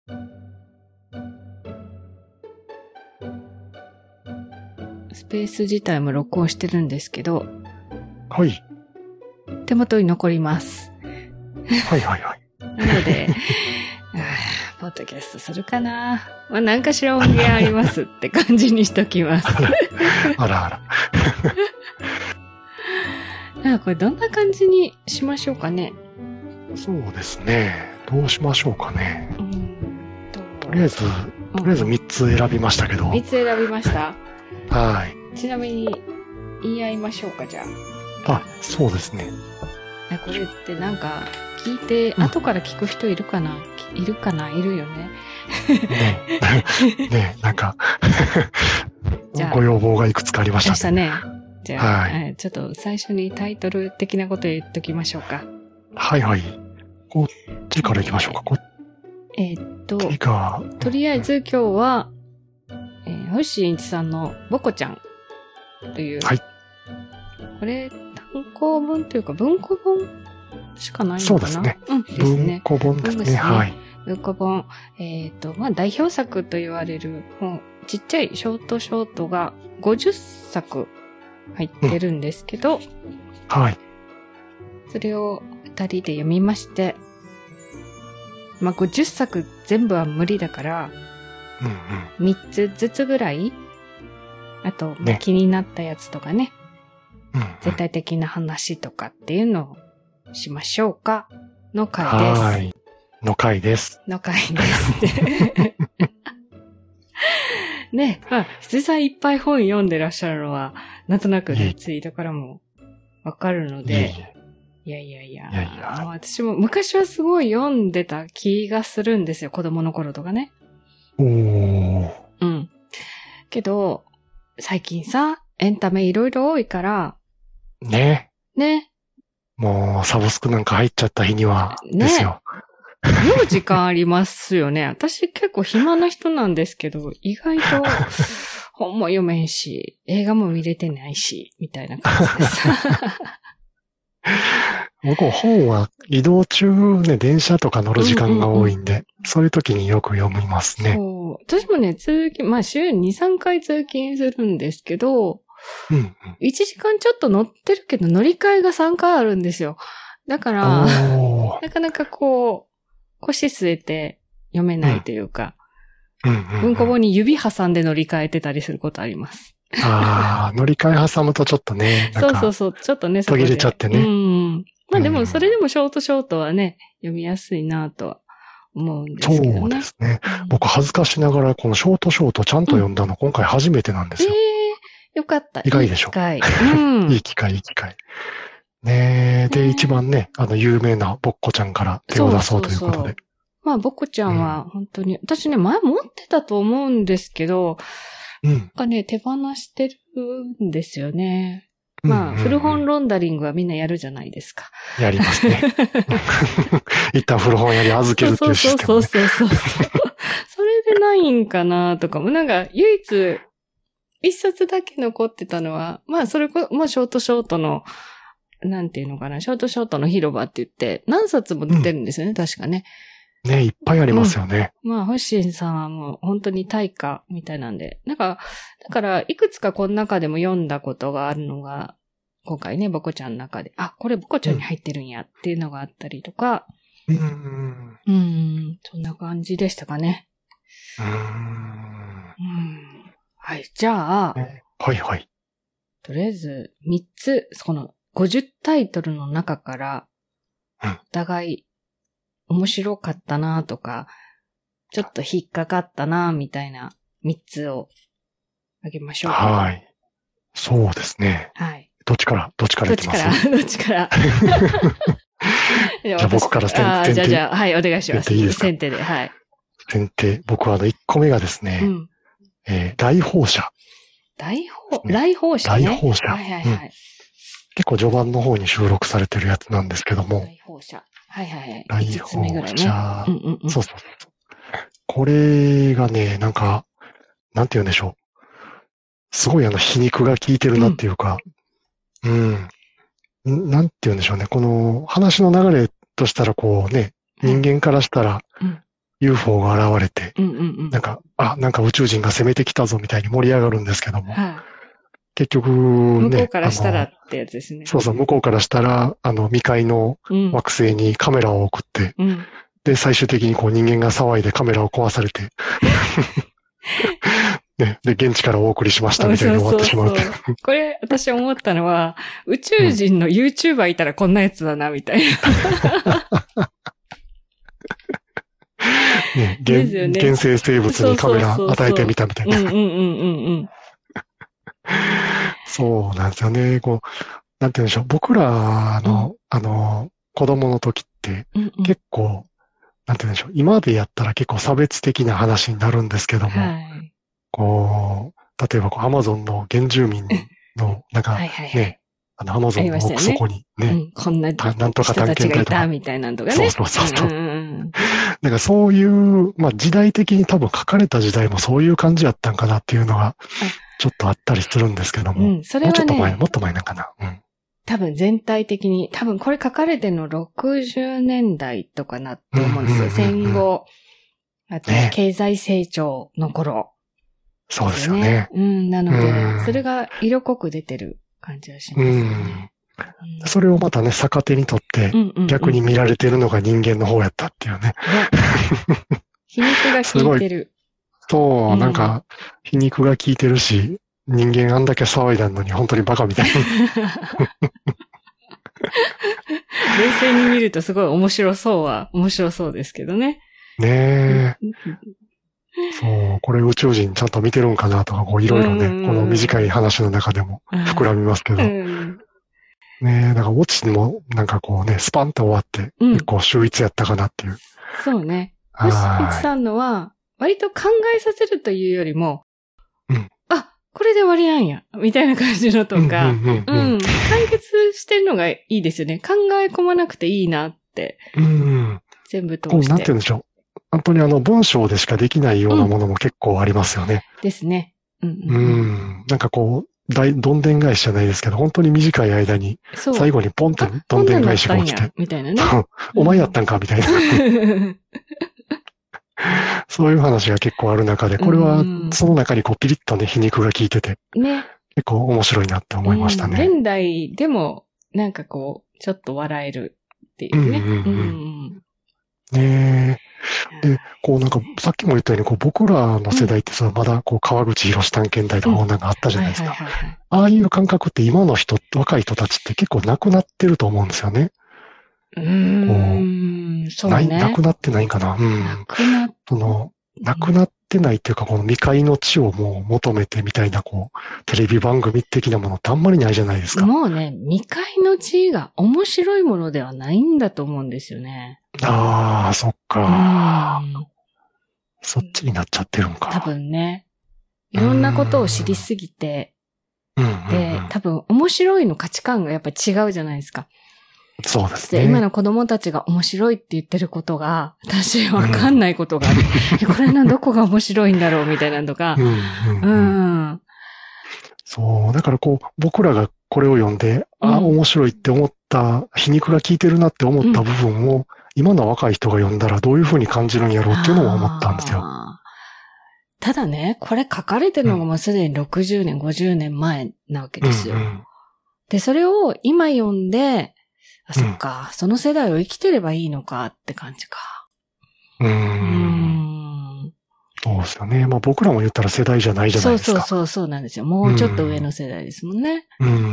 スペース自体も録音してるんですけど、 はい。 手元に残ります。 はいはいはい。 なので、ポッドキャストするかな。まあ、何かしら音源ありますって感じにしときます。 あらあら。 なんかこれどんな感じにしましょうかね。 そうですね。どうしましょうかね。とりあえず3つ選びましたけど。 3つ選びました。 はい。 ちなみに言い合いましょうか、じゃあ。あ、そうですね。 これってなんか聞いて、後から聞く人いるかな、いるよね。 ねなんかご要望がいくつかありましたね。 じゃあ、はい、ちょっと最初にタイトル的なこと言っときましょうか。 はいはい。こっちから行きましょうか。 とりあえず今日は、星新一さんのボコちゃんという、はい、これ単行本というか文庫本しかないのかな。 そうですね。ですね。文庫本ですね。はい。 文庫本。まあ、代表作と言われる本、ちっちゃいショートが50作入ってるんですけど、 はい。 それを2人で読みまして、まあ、50作全部は無理だから、3つずつぐらい、あと、気になったやつとかね、全体的な話とかっていうのをしましょうかの回です。はい。 の回です。 ね、まあ、羊さんいっぱい本読んでらっしゃるのは、なんとなくね、ツイートからもわかるので、いや、私も昔はすごい読んでた気がするんですよ、子供の頃とかね。けど、最近さ、エンタメいろいろ多いから、 ね。もう、サブスクなんか入っちゃった日には、ですよ。 読む時間ありますよね。私結構暇な人なんですけど、意外と本も読めんし、映画も見れてないし、みたいな感じです。 僕も本は移動中ね、電車とか乗る時間が多いんで、そういう時によく読みますね。 そう。私もね、通勤、まあ週に2、3回通勤するんですけど、1時間ちょっと乗ってるけど乗り換えが3回あるんですよ。だから、なかなかこう、腰据えて読めないというか、文庫本に指挟んで乗り換えてたりすることあります。 乗り換え挟むとちょっとね、なんかそう、ちょっとね、 途切れちゃってね。 まあでも、それでもショートはね、読みやすいなとは思うんですけどね。 そうですね。僕恥ずかしながらこのショートちゃんと読んだの今回初めてなんですよ。 よかった。 意外でしょ。いい機会。ねえ、で、一番ね、有名なボッコちゃんから手を出そうということで。 まあ、ボッコちゃんは本当に、私ね、前持ってたと思うんですけど、なんかね、手放してるんですよね。まあ、古本ロンダリングはみんなやるじゃないですか。 やりますね。一旦古本屋に預けるっていうシステム、ね。 そう。それでないんかなとかも、なんか、唯一、一冊だけ残ってたのは、まあ、それこそ、まあ、ショートの、なんていうのかな、ショートの広場って言って、何冊も出てるんですよね、確かね。 ね、いっぱいありますよね。 まあ、星新さんはもう本当に大家みたいなんで、なんか、だから、いくつかこの中でも読んだことがあるのが、今回ね、ボコちゃんの中で、これボコちゃんに入ってるんやっていうのがあったりとか、そんな感じでしたかね。はい、じゃあ、 はい。 とりあえず、3つ、この50タイトルの中から、お互い面白かったなとか、ちょっと引っかかったなみたいな3つをあげましょうか。 はい。そうですね。 はい。 どっちからいきますどっちからじゃあ僕から先手。 じゃあ、はい、お願いします。 いいですか？ 先手で、はい。 先手、僕は1個目がですね、来訪者。 来訪者ね。 来訪者。 はい。 結構序盤の方に収録されてるやつなんですけども。 来訪者。はい。 来訪者。そう。これがね、なんか、なんて言うんでしょう。すごい皮肉が効いてるなっていうか、なんて言うんでしょうね。この話の流れとしたらこうね、人間からしたら、 UFO が現れて、 うんうんうん。 なんか宇宙人が攻めてきたぞみたいに盛り上がるんですけども、 はい。 結局向こうね、 からしたらってやつですね。 そうそう、向こうからしたら、未開のうん。 惑星にカメラを送って、 うん。 で、最終的にこう人間が騒いでカメラを壊されて、ね、で、現地からお送りしましたみたいに終わってしまうって。 そう。これ、私思ったのは、宇宙人の YouTuber いたらこんなやつだな、みたいな。 ね、 ですよね。 原生生物にカメラ与えてみたみたいな。 うんうんうんうんうん。 そうなんですよね。こう、なんて言うんでしょう。僕らの、子供の時って、結構、なんて言うんでしょう。今までやったら結構差別的な話になるんですけども、はい、こう、例えばこう、アマゾンの原住民の、なんか、ね、はいはいはい、アマゾンの奥底にね、 こんななんとか探検隊とか。 みたいなのとかね。 そう。なんかそういう、まあ時代的に多分書かれた時代もそういう感じやったんかなっていうのが、ちょっとあったりするんですけども。それはね、もっと前なんかな。 多分全体的に、多分これ書かれてるの60年代とかなと思うんですよ。戦後、あと経済成長の頃、 そうですよね。 なので、それが色濃く出てる感じはしますね。 それをまたね、逆手にとって、逆に見られてるのが人間の方やったっていうね。 皮肉が効いてる。 そう、なんか、皮肉が効いてるし、人間あんだけ騒いだのに本当にバカみたいな。 冷静に見るとすごい面白そうですけどね。 ねえ。そう、これ宇宙人ちゃんと見てるんかなとか、こういろいろね、この短い話の中でも膨らみますけど。ねえ、だからオチもなんかこうね、スパンと終わって、結構秀逸やったかなっていう。 そうね。星光さんのは、割と考えさせるというよりも、これで終わりなんや、みたいな感じのとか、完結してるのがいいですよね。考え込まなくていいなって。全部通して。 なんて言うんでしょう。本当に文章でしかできないようなものも結構ありますよね。 ですね。 なんかこう、どんでん返しじゃないですけど、本当に短い間に、最後にポンとどんでん返しが起きて。 みたいなね。 お前やったんかみたいな。そういう話が結構ある中で、これはその中にこうピリッとね、皮肉が効いてて、ね、結構面白いなって思いましたね。 現代でもなんかこう、ちょっと笑えるっていうね。 ねえ。で、こうなんか、さっきも言ったように、こう僕らの世代ってまだこう川口博探検隊とかなんかあったじゃないですか。ああいう感覚って今の若い人たちって結構なくなってると思うんですよね。 そうね。 なくなってないんかな。なくなってないっていうか、この未開の地をもう求めてみたいな、こう、テレビ番組的なものってあんまりないじゃないですか。 もうね、未開の地が面白いものではないんだと思うんですよね。 ああ、そっか。そっちになっちゃってるんか。 多分ね。いろんなことを知りすぎて、で、多分面白いの価値観がやっぱ違うじゃないですか。 そうですね。 今の子供たちが面白いって言ってることが、私わかんないことがあって、これどこが面白いんだろうみたいなのとか。 そう、だからこう、僕らがこれを読んで、面白いって思った、皮肉が効いてるなって思った部分を、今の若い人が読んだらどういう風に感じるんやろうっていうのも思ったんですよ。 ただね、これ書かれてるのがもうすでに60年、50年前なわけですよ。で、それを今読んで、そっか、その世代を生きてればいいのかって感じか。 そうですよね。まあ僕らも言ったら世代じゃないじゃないですか。 そうなんですよ。もうちょっと上の世代ですもんね。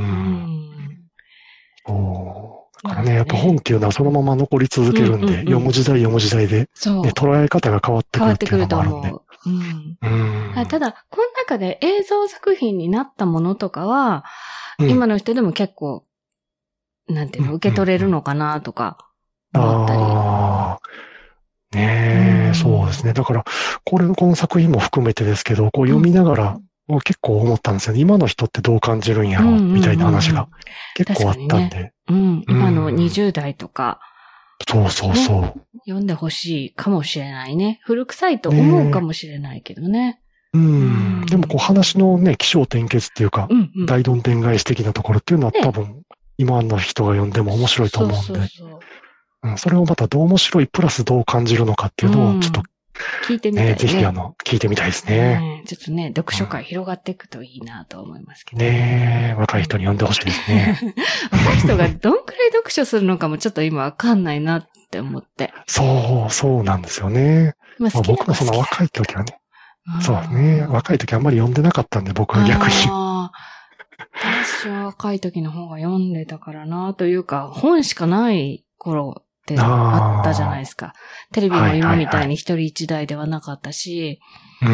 だからね、やっぱ本っていうのはそのまま残り続けるんで、読む時代で、捉え方が変わってくるっていうのもあるんで。 ただ、この中で映像作品になったものとかは、今の人でも結構、なんていうの、受け取れるのかなとか、思ったり。 ねえ、そうですね。だから、この作品も含めてですけど、こう読みながら、結構思ったんですよね。今の人ってどう感じるんやろう、みたいな話が結構あったんで。 今の20代とか。 そう。 読んでほしいかもしれないね。古臭いと思うかもしれないけどね。 でもこう話のね、起承転結っていうか、大どんでん返し的なところっていうのは多分、今の人が読んでも面白いと思うんで。それをまたどう面白いプラスどう感じるのかっていうのをちょっと聞いてみたいね。 ぜひ聞いてみたいですね。 ちょっとね、読書会広がっていくといいなと思いますけどね。若い人に読んでほしいですね。 若い人がどんくらい読書するのかもちょっと今わかんないなって思って。 そうなんですよね。僕もその若い時はね。そうですね。若い時あんまり読んでなかったんで、僕は逆に。 私は若い時の方が読んでたからなというか、本しかない頃ってあったじゃないですか。テレビも今みたいに一人一台ではなかったし。 確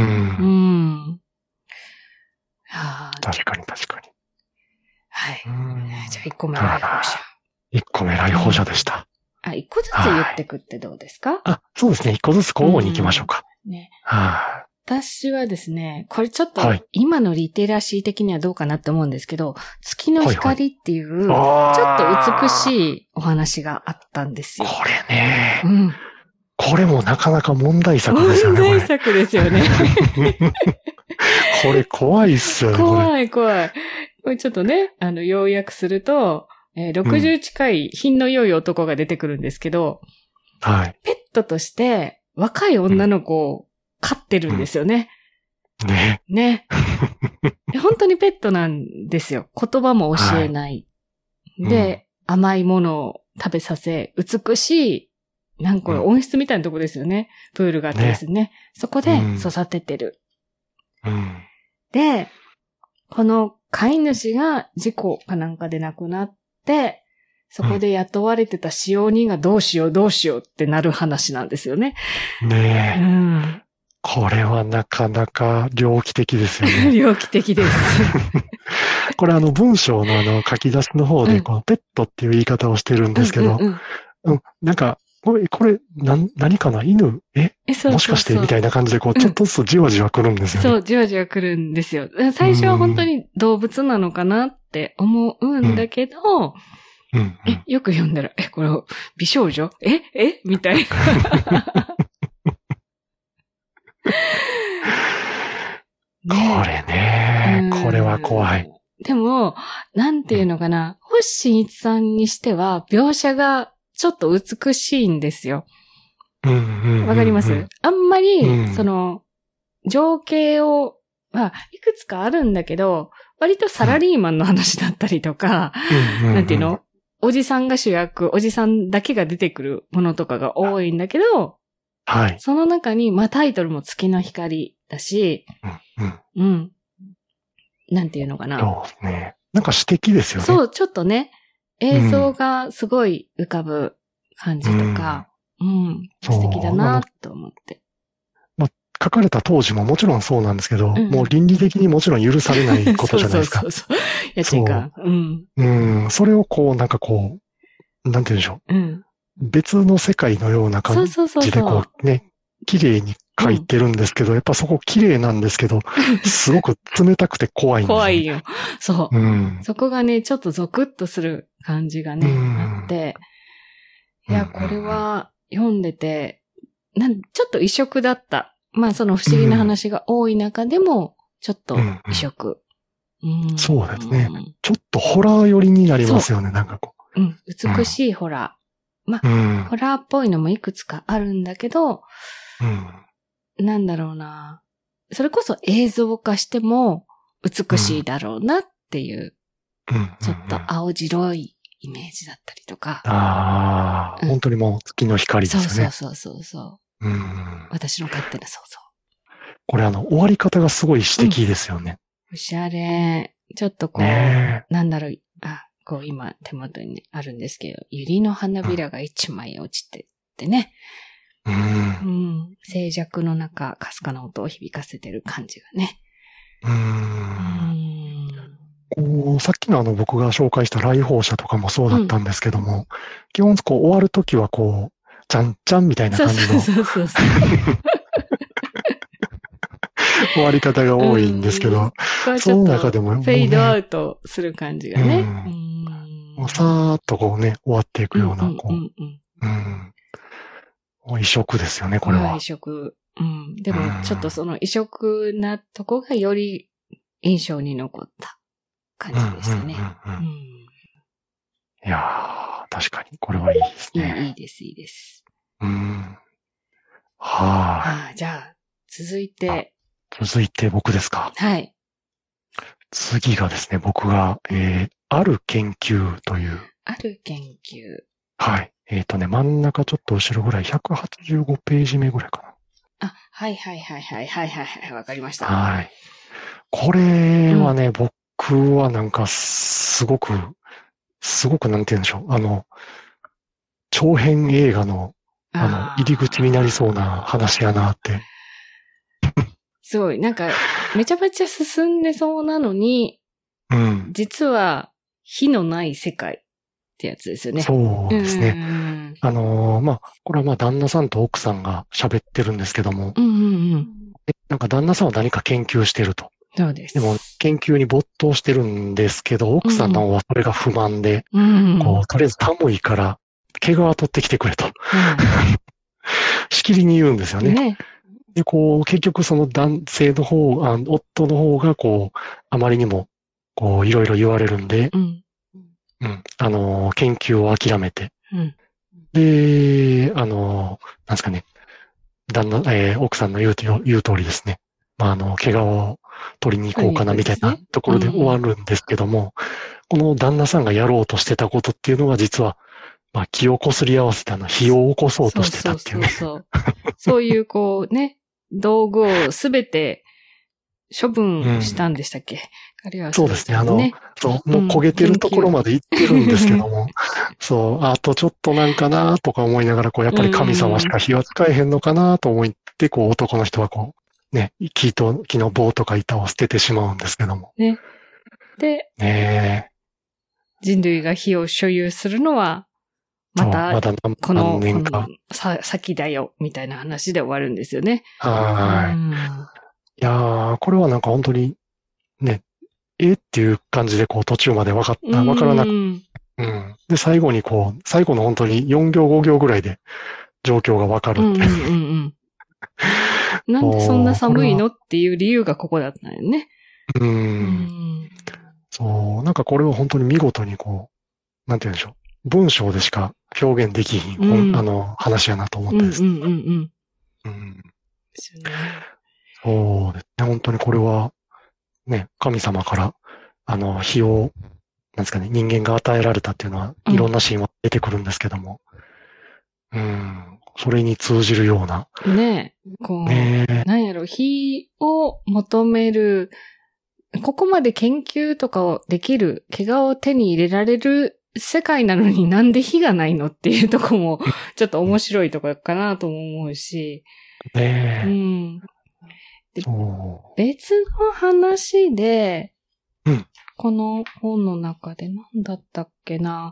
かに。 はい。じゃあ1個目来訪者。 1個目来訪者でした。 1個ずつ言ってくってどうですか？ そうですね。1個ずつ交互に行きましょうか。 ね。私はですね、これちょっと今のリテラシー的にはどうかなって思うんですけど、月の光っていう、ちょっと美しいお話があったんですよ。 これね。これもなかなか問題作ですよね。 問題作ですよね。 これ怖いっすよね。 怖い。これちょっとね、要約すると、60近い品の良い男が出てくるんですけど、ペットとして若い女の子を飼ってるんですよね。ね。本当にペットなんですよ。言葉も教えない。で、甘いものを食べさせ、美しい、これ温室みたいなとこですよね。プールがあってですね。そこで育ててる。で、この飼い主が事故かなんかで亡くなって、そこで雇われてた使用人がどうしようってなる話なんですよね。 これはなかなか猟奇的ですよね。 猟奇的です。 これ文章の書き出しの方で、このペットっていう言い方をしてるんですけど、なんか、これ、何かな犬もしかしてみたいな感じで、ちょっとずつじわじわ来るんですよね。 そう、じわじわ来るんですよ。最初は本当に動物なのかなって思うんだけど、よく読んだら、これ、美少女みたいな。 これね、これは怖い。 でも、なんていうのかな、星新一さんにしては、描写がちょっと美しいんですよ。わかります？あんまり、情景を、いくつかあるんだけど、割とサラリーマンの話だったりとか、なんていうの？おじさんが主役、おじさんだけが出てくるものとかが多いんだけど、その中に、タイトルも月の光だし、なんていうのかな。 そうですね。なんか詩的ですよね。 そう、ちょっとね、映像がすごい浮かぶ感じとか、素敵だなと思って。 書かれた当時ももちろんそうなんですけど、もう倫理的にもちろん許されないことじゃないですか。 そう。やちんか。 それをなんて言うんでしょう。別の世界のような感じで綺麗に書いてるんですけど、やっぱそこ綺麗なんですけど、すごく冷たくて怖いんですよ。 怖いよ。そう。そこがね、ちょっとゾクッとする感じがね、あって。いや、これは読んでて、ちょっと異色だった。その不思議な話が多い中でも、ちょっと異色。 そうですね。ちょっとホラー寄りになりますよね、なんかこう。美しいホラー。ホラーっぽいのもいくつかあるんだけど、なんだろうな。それこそ映像化しても美しいだろうなっていう、ちょっと青白いイメージだったりとか。 本当にもう月の光ですよね。 そう。私の勝手な想像。 これ終わり方がすごい詩的ですよね。 おしゃれ。ちょっとなんだろう。今手元にあるんですけど、百合の花びらが一枚落ちてってね。静寂の中、かすかな音を響かせてる感じがね。 さっきの僕が紹介した来訪者とかもそうだったんですけども、基本終わるときはちゃんちゃんみたいな感じのそう終わり方が多いんですけど、その中でもフェードアウトする感じがね。 さーっと終わっていくような、異色ですよね、これは。 異色。でも、ちょっとその異色なとこがより印象に残った感じでしたね。 いやー、確かに、これはいいですね。 いいです。 はい。 じゃあ、続いて僕ですか。 はい。 次がですね、僕が、ある研究という。 ある研究。 はい。真ん中ちょっと後ろぐらい、185ページ目ぐらいかな。 はい。わかりました。 はい。これはね、僕はなんか、すごく、なんて言うんでしょう。長編映画の、入り口になりそうな話やなって。 すごい。なんか、めちゃめちゃ進んでそうなのに、実は、火のない世界ってやつですよね。 そうですね。これは旦那さんと奥さんが喋ってるんですけども、なんか旦那さんは何か研究してると。 そうです。 でも、研究に没頭してるんですけど、奥さんの方はそれが不満で、とりあえず寒いから、毛皮取ってきてくれと。しきりに言うんですよね。で、結局その男性の方、夫の方があまりにも、いろいろ言われるんで、研究を諦めて、で、なんですかね、奥さんの言う通りですね。毛皮を取りに行こうかなみたいなところで終わるんですけども、この旦那さんがやろうとしてたことっていうのは実は、気をこすり合わせた火を起こそうとしてたっていうね。 そういう道具をすべて処分したんでしたっけ？ そうですね。もう焦げてるところまで行ってるんですけども、あとちょっとなんかなとか思いながら、やっぱり神様しか火は使えへんのかなと思って、男の人は木の棒とか板を捨ててしまうんですけども。 で、人類が火を所有するのは、また何年か先だよ、みたいな話で終わるんですよね。 いやー、これはなんか本当に、ね、っていう感じで途中までわからなく、で、最後の本当に4行5行ぐらいで状況がわかるって。 なんでそんな寒いのっていう理由がここだったよね。 なんかこれは本当に見事になんて言うんでしょう。文章でしか表現できひん、話やなと思ったんです。そうですね。本当にこれは、ね、神様から、火を、なんですかね、人間が与えられたっていうのは、いろんなシーンは出てくるんですけども、それに通じるような。 なんやろ、火を求める、ここまで研究とかをできる、怪我を手に入れられる世界なのになんで火がないのっていうとこも、ちょっと面白いところかなとも思うし。別の話で、この本の中で何だったっけな。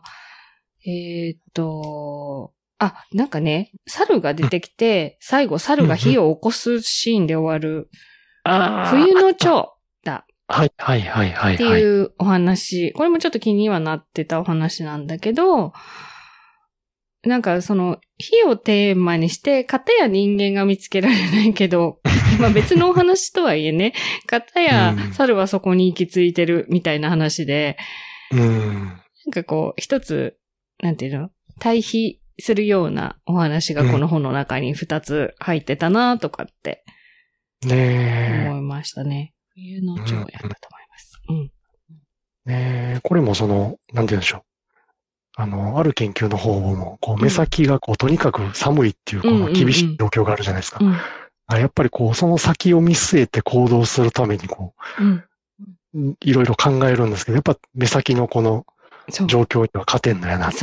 なんかね、猿が出てきて、最後猿が火を起こすシーンで終わる、冬の蝶だ。っていうお話。これもちょっと気にはなってたお話なんだけど、なんか火をテーマにして、片や人間が見つけられないけど、別のお話とはいえね、片や猿はそこに行き着いてるみたいな話で、なんか一つ、なんていうの、対比するようなお話がこの本の中に2つ入ってたなとかって、思いましたね。冬の蝶やったと思います。 これもなんて言うんでしょう。ある研究の方も、目先がとにかく寒いっていう厳しい状況があるじゃないですか。やっぱりその先を見据えて行動するためにいろいろ考えるんですけど、やっぱ目先のこの状況には勝てんのやなって。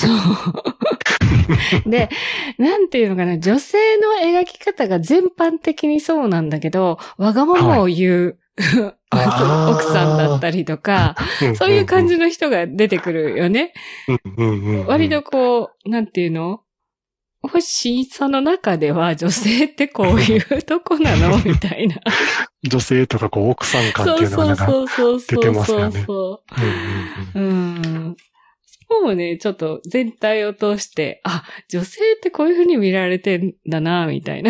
で、なんていうのかな、女性の描き方が全般的にそうなんだけど、わがままを言う、奥さんだったりとか、そういう感じの人が出てくるよね。割となんていうの？星さんの中では女性ってこういうとこなのみたいな。 女性とか奥さん感っていうのがなんか出てますよね。 そうね、ちょっと全体を通して、女性ってこういう風に見られてんだな、みたいな。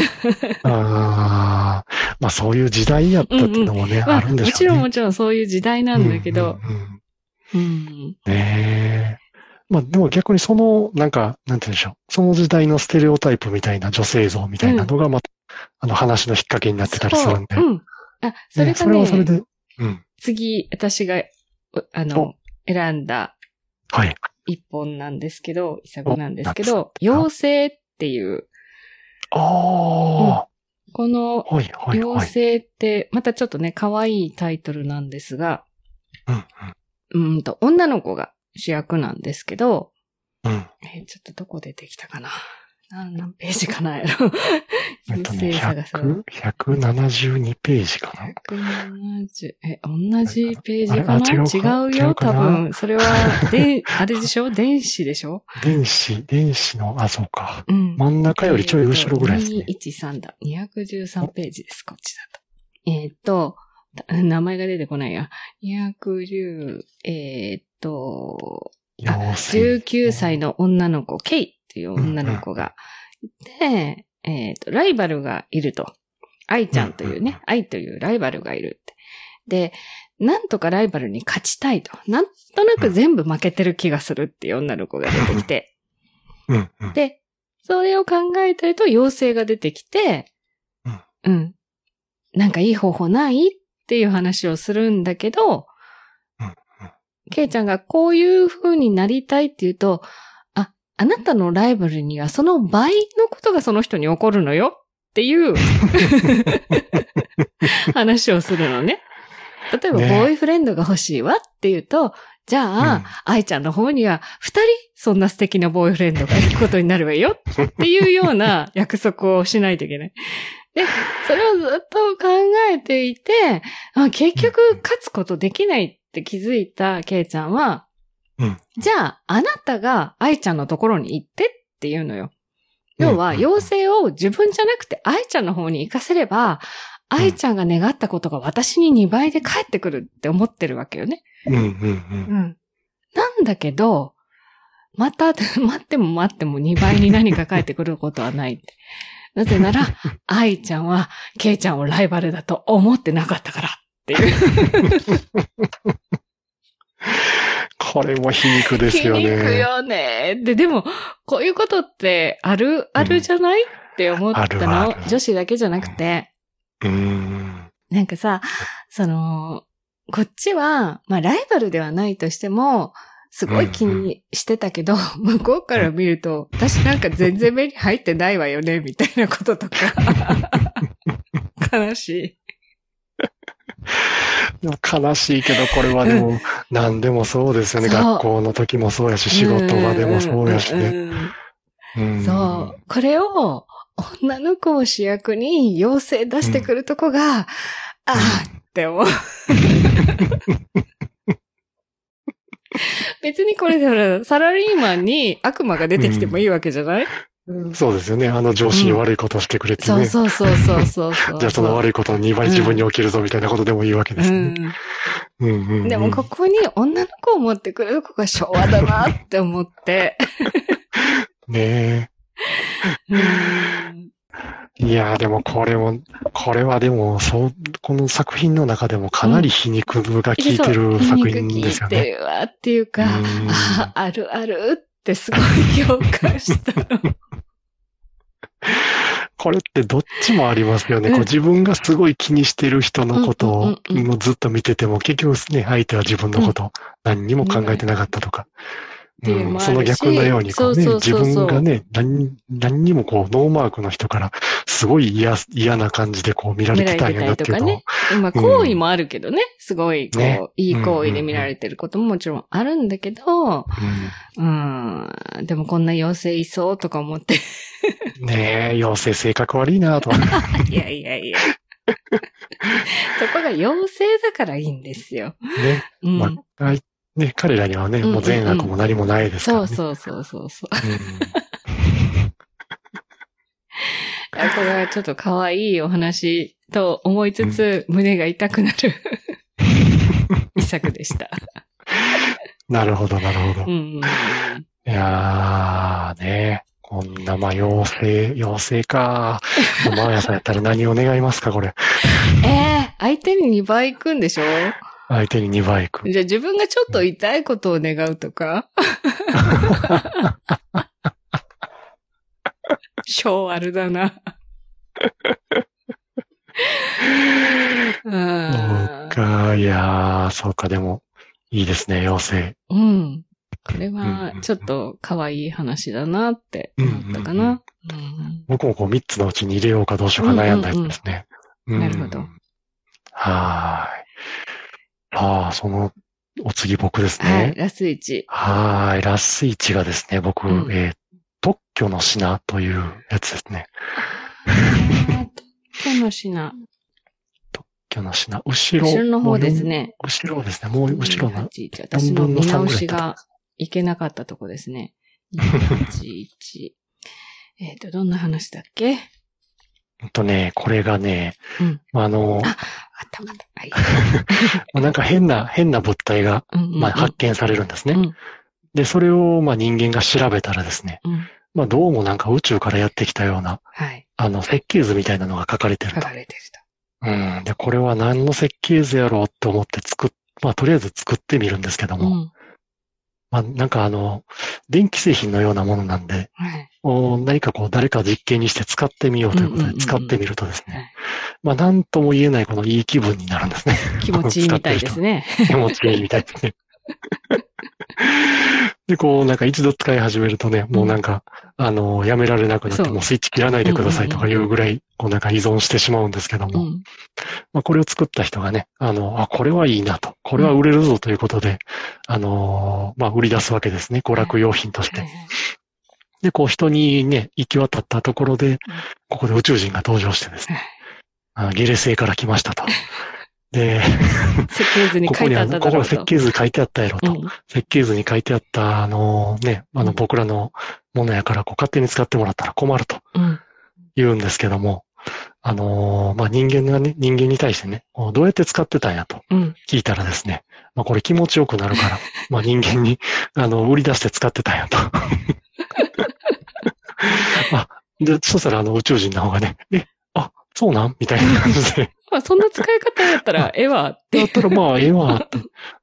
そういう時代やったっていうのもね、あるんでしょうね。 もちろんそういう時代なんだけど。 まあでも逆にその、なんて言うんでしょう。その時代のステレオタイプみたいな女性像みたいなのが、また、話の引っ掛けになってたりするんで。 うん。あ、それがね、 それはそれで、うん。 次、私が、選んだ、はい。一本なんですけど、一作なんですけど、妖精っていう、この、妖精って、またちょっとね、可愛いタイトルなんですが、女の子が主役なんですけど、ちょっとどこ出てきたかな。何ページかなやろ。 妖精探す。172ページかな。 170、同じページかな？違うよ、多分。それは、あれでしょ？電子でしょ？電子の、そうか。真ん中よりちょい後ろぐらいですね。 213だ。213ページです、こっちだと。名前が出てこないや。210、19歳の女の子、ケイっていう女の子がいて、ライバルがいると。愛ちゃんというね、愛というライバルがいるって。で、なんとかライバルに勝ちたいと。なんとなく全部負けてる気がするっていう女の子が出てきて。で、それを考えてると妖精が出てきて、なんかいい方法ないっていう話をするんだけど、ケイちゃんがこういう風になりたいって言うと、あなたのライバルにはその倍のことがその人に起こるのよっていう話をするのね。例えば、ボーイフレンドが欲しいわって言うと、じゃあ、愛ちゃんの方には2人そんな素敵なボーイフレンドがいることになるわよっていうような約束をしないといけない。で、それをずっと考えていて、結局勝つことできないって気づいたケイちゃんは、じゃあ、あなたが愛ちゃんのところに行ってって言うのよ。要は、妖精を自分じゃなくて愛ちゃんの方に行かせれば、愛ちゃんが願ったことが私に2倍で返ってくるって思ってるわけよね。なんだけど、待っても2倍に何か返ってくることはないって。なぜなら、愛ちゃんは、ケイちゃんをライバルだと思ってなかったからっていう。 これも皮肉ですよね。 皮肉よね。でも、こういうことってあるじゃないって思ったの。女子だけじゃなくて。なんかさ、こっちは、まあライバルではないとしても、すごい気にしてたけど、向こうから見ると、私なんか全然目に入ってないわよね、みたいなこととか。悲しい。 悲しいけど、これはでも、何でもそうですよね。学校の時もそうやし、仕事場でもそうやしね。 そう。これを、女の子を主役に妖精出してくるとこが、って思う。別にこれでサラリーマンに悪魔が出てきてもいいわけじゃない？ そうですよね。上司に悪いことをしてくれてね。 そう。じゃあその悪いことの2倍自分に起きるぞみたいなことでもいいわけですね。 でもここに女の子を持ってくる子が昭和だなって思って。 ねえ。いやーでもこれはでも、この作品の中でもかなり皮肉が効いてる作品ですよね。 皮肉効いてるわっていうか、あるあるってすごい共感したの。 これってどっちもありますよね。こう自分がすごい気にしてる人のことをずっと見てても、結局ね、相手は自分のこと何にも考えてなかったとか。その逆のようにこうね、自分がね、何にもこうノーマークの人からすごい嫌な感じでこう見られてたんやなっていうの。 まあ行為もあるけどね、すごいこう、いい行為で見られてることももちろんあるんだけど、でもこんな妖精いそうとか思って。 ねえ、妖精性格悪いなと。 いや。そこが妖精だからいいんですよ。 ね。ね、彼らにはね、もう善悪も何もないですからね。 そう。これはちょっと可愛いお話と思いつつ、胸が痛くなる一作でした。 なるほど。いやーね、こんな妖精か。マーヤさんやったら何を願いますか、これ。 相手に2倍いくんでしょ？ 相手に2倍いく。 じゃあ自分がちょっと痛いことを願うとか性悪だな。 そうか、いやー、そうか、でも、いいですね、妖精。 うん。これは、ちょっと可愛い話だなって思ったかな。 僕もこう3つのうちに入れようかどうしようか悩んだやつですね。 なるほど。 はーい。その、お次僕ですね。 はい、ラス1。 はい、ラス1がですね、僕、特許の品というやつですね。 特許の品。 特許の品。後ろの方ですね。 後ろですね。もう後ろの。 私の見直しがいけなかったとこですね。281。どんな話だっけ？ これがね、あった。 はい。 なんか変な物体が、発見されるんですね。で、それを、人間が調べたらですね、どうもなんか宇宙からやってきたような、設計図みたいなのが書かれてると。で、これは何の設計図やろうと思ってとりあえず作ってみるんですけども、なんか電気製品のようなものなんで、何かこう誰か実験にして使ってみようということで使ってみるとですね、なんとも言えないこのいい気分になるんですね。 気持ちいいみたいですね。 気持ちいいみたいですね。で、こうなんか一度使い始めるとね、もうなんか、やめられなくなって、もうスイッチ切らないでくださいとかいうぐらい、こうなんか依存してしまうんですけども、これを作った人がね、これはいいなと、これは売れるぞということで、売り出すわけですね、娯楽用品として。で、こう人にね、行き渡ったところで、ここで宇宙人が登場してですね、ゲレ星から来ましたと。で、 設計図に書いてあっただろうと。 ここ設計図書いてあったやろと。設計図に書いてあった僕らのものやから勝手に使ってもらったら困ると。言うんですけども、人間に対してね、どうやって使ってたんやと聞いたらですね、これ気持ちよくなるから、人間に、売り出して使ってたんやと。で、そしたら宇宙人の方がね、そうなんみたいな感じで。 そんな使い方やったら、ええわって。 やったらええわって。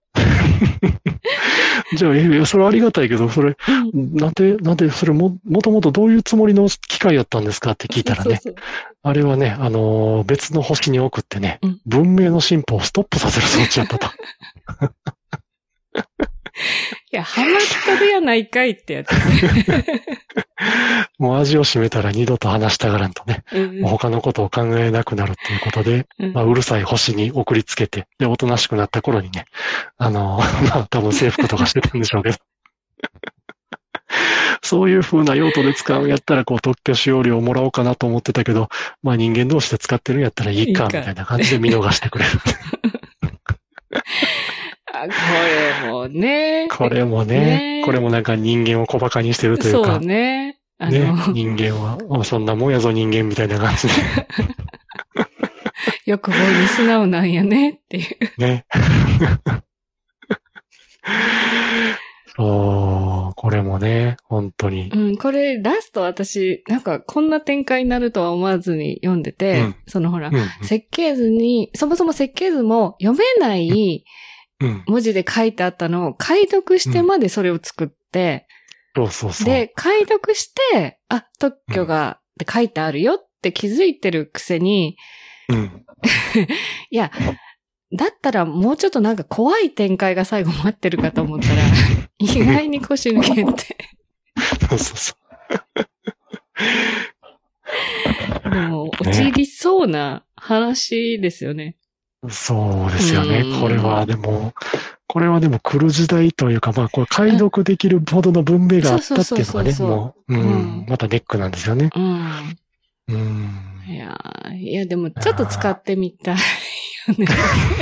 じゃあ、それありがたいけど、それ、なんで、それもともとどういうつもりの機械やったんですかって聞いたらね、あれはね、別の星に送ってね、文明の進歩をストップさせる装置やったと。 いや、ハマったるやないかいってやつ。 もう味を占めたら二度と話したがらんとね、もう他のことを考えなくなるっていうことで、うるさい星に送りつけて、で、おとなしくなった頃にね、多分制服とかしてたんでしょうけど。そういう風な用途で使うんやったら、特許使用料をもらおうかなと思ってたけど、人間同士で使ってるんやったらいいか、みたいな感じで見逃してくれる。 これもね。 これもなんか人間を小馬鹿にしてるというか。 そうね。 人間は、そんなもんやぞ人間みたいな感じで。 欲望に素直なんやねっていう。 ね。これもね、本当に。 これラスト私、なんかこんな展開になるとは思わずに読んでて、ほら、設計図に、そもそも設計図も読めない文字で書いてあったのを解読してまでそれを作って、で、解読して、特許が、って書いてあるよって気づいてるくせに、いや、だったらもうちょっとなんか怖い展開が最後待ってるかと思ったら、意外に腰抜けって。でも、陥りそうな話ですよね。 そうですよね。これはでも来る時代というか、これ解読できるほどの文明があったっていうのがね、もう、またネックなんですよね。 いや、でもちょっと使ってみたいよね。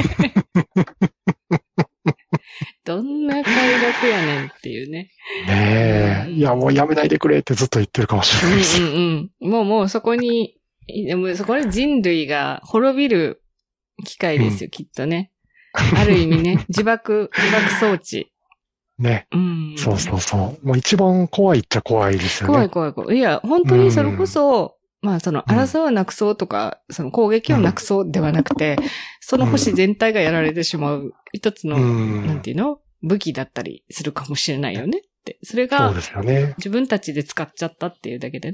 どんな解読やねんっていうね。 ねえ。いや、もうやめないでくれってずっと言ってるかもしれないです。 もうそこに、そこで人類が滅びる機会ですよ、きっとね。ある意味ね、自爆装置。 ね。そう。もう一番怖いっちゃ怖いですよね。 怖い。いや、本当にそれこそ、 まあその争いをなくそうとか、その攻撃をなくそうではなくて、その星全体がやられてしまう一つの、なんていうの武器だったりするかもしれないよねって。それが、そうですよね。自分たちで使っちゃったっていうだけでね。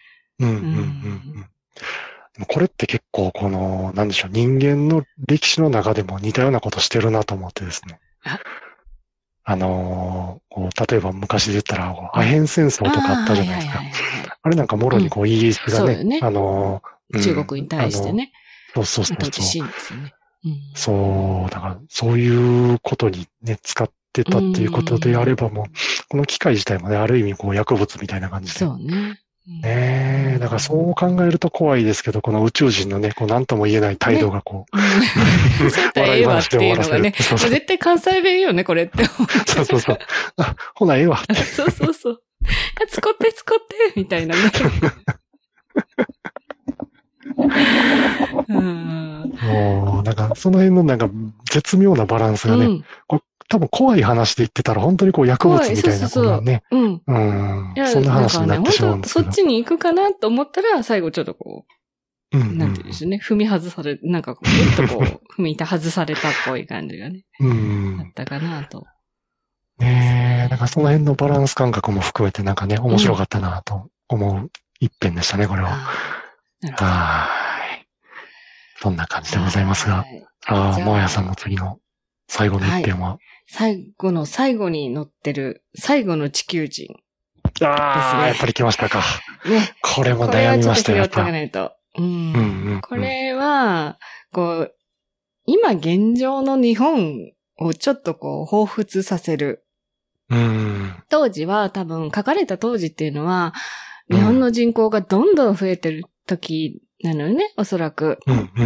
これって結構なんでしょう、人間の歴史の中でも似たようなことしてるなと思ってですね。例えば昔で言ったら、アヘン戦争とかあったじゃないですか。あれなんかもろにイギリスがね、 中国に対してね。 そう土地侵ですよね。 そう、だからそういうことにね、使ってたっていうことであればもう、この機械自体もね、ある意味薬物みたいな感じで。 そうね。 ねえ、だからそう考えると怖いですけど、この宇宙人のね、何とも言えない態度が笑い話っていうのがね、絶対関西弁よね、これって。 そう。ほな、ええわ。 そう。使って、みたいなね。 もう、なんか、その辺のなんか、絶妙なバランスがね、多分怖い話で言ってたら本当に薬物みたいなことはね。そんな話になってしまうんですけど。 そっちに行くかなと思ったら、最後ちょっとなんていうんでしょうね。踏み外され、なんかぐっと踏み外されたっぽい感じがね。あったかなと。 ねえ、なんかその辺のバランス感覚も含めてなんかね、面白かったなと思う一編でしたね、これは。そんな感じでございますが。マーヤさんの次の最後の一編は、 最後の最後に載ってる最後の地球人。 やっぱり来ましたか。ね。これも悩みましたよ。 これはちょっと拾っておかないと。これは、今現状の日本をちょっと彷彿させる。当時は多分書かれた当時っていうのは、日本の人口がどんどん増えてる時なのよね、おそらく。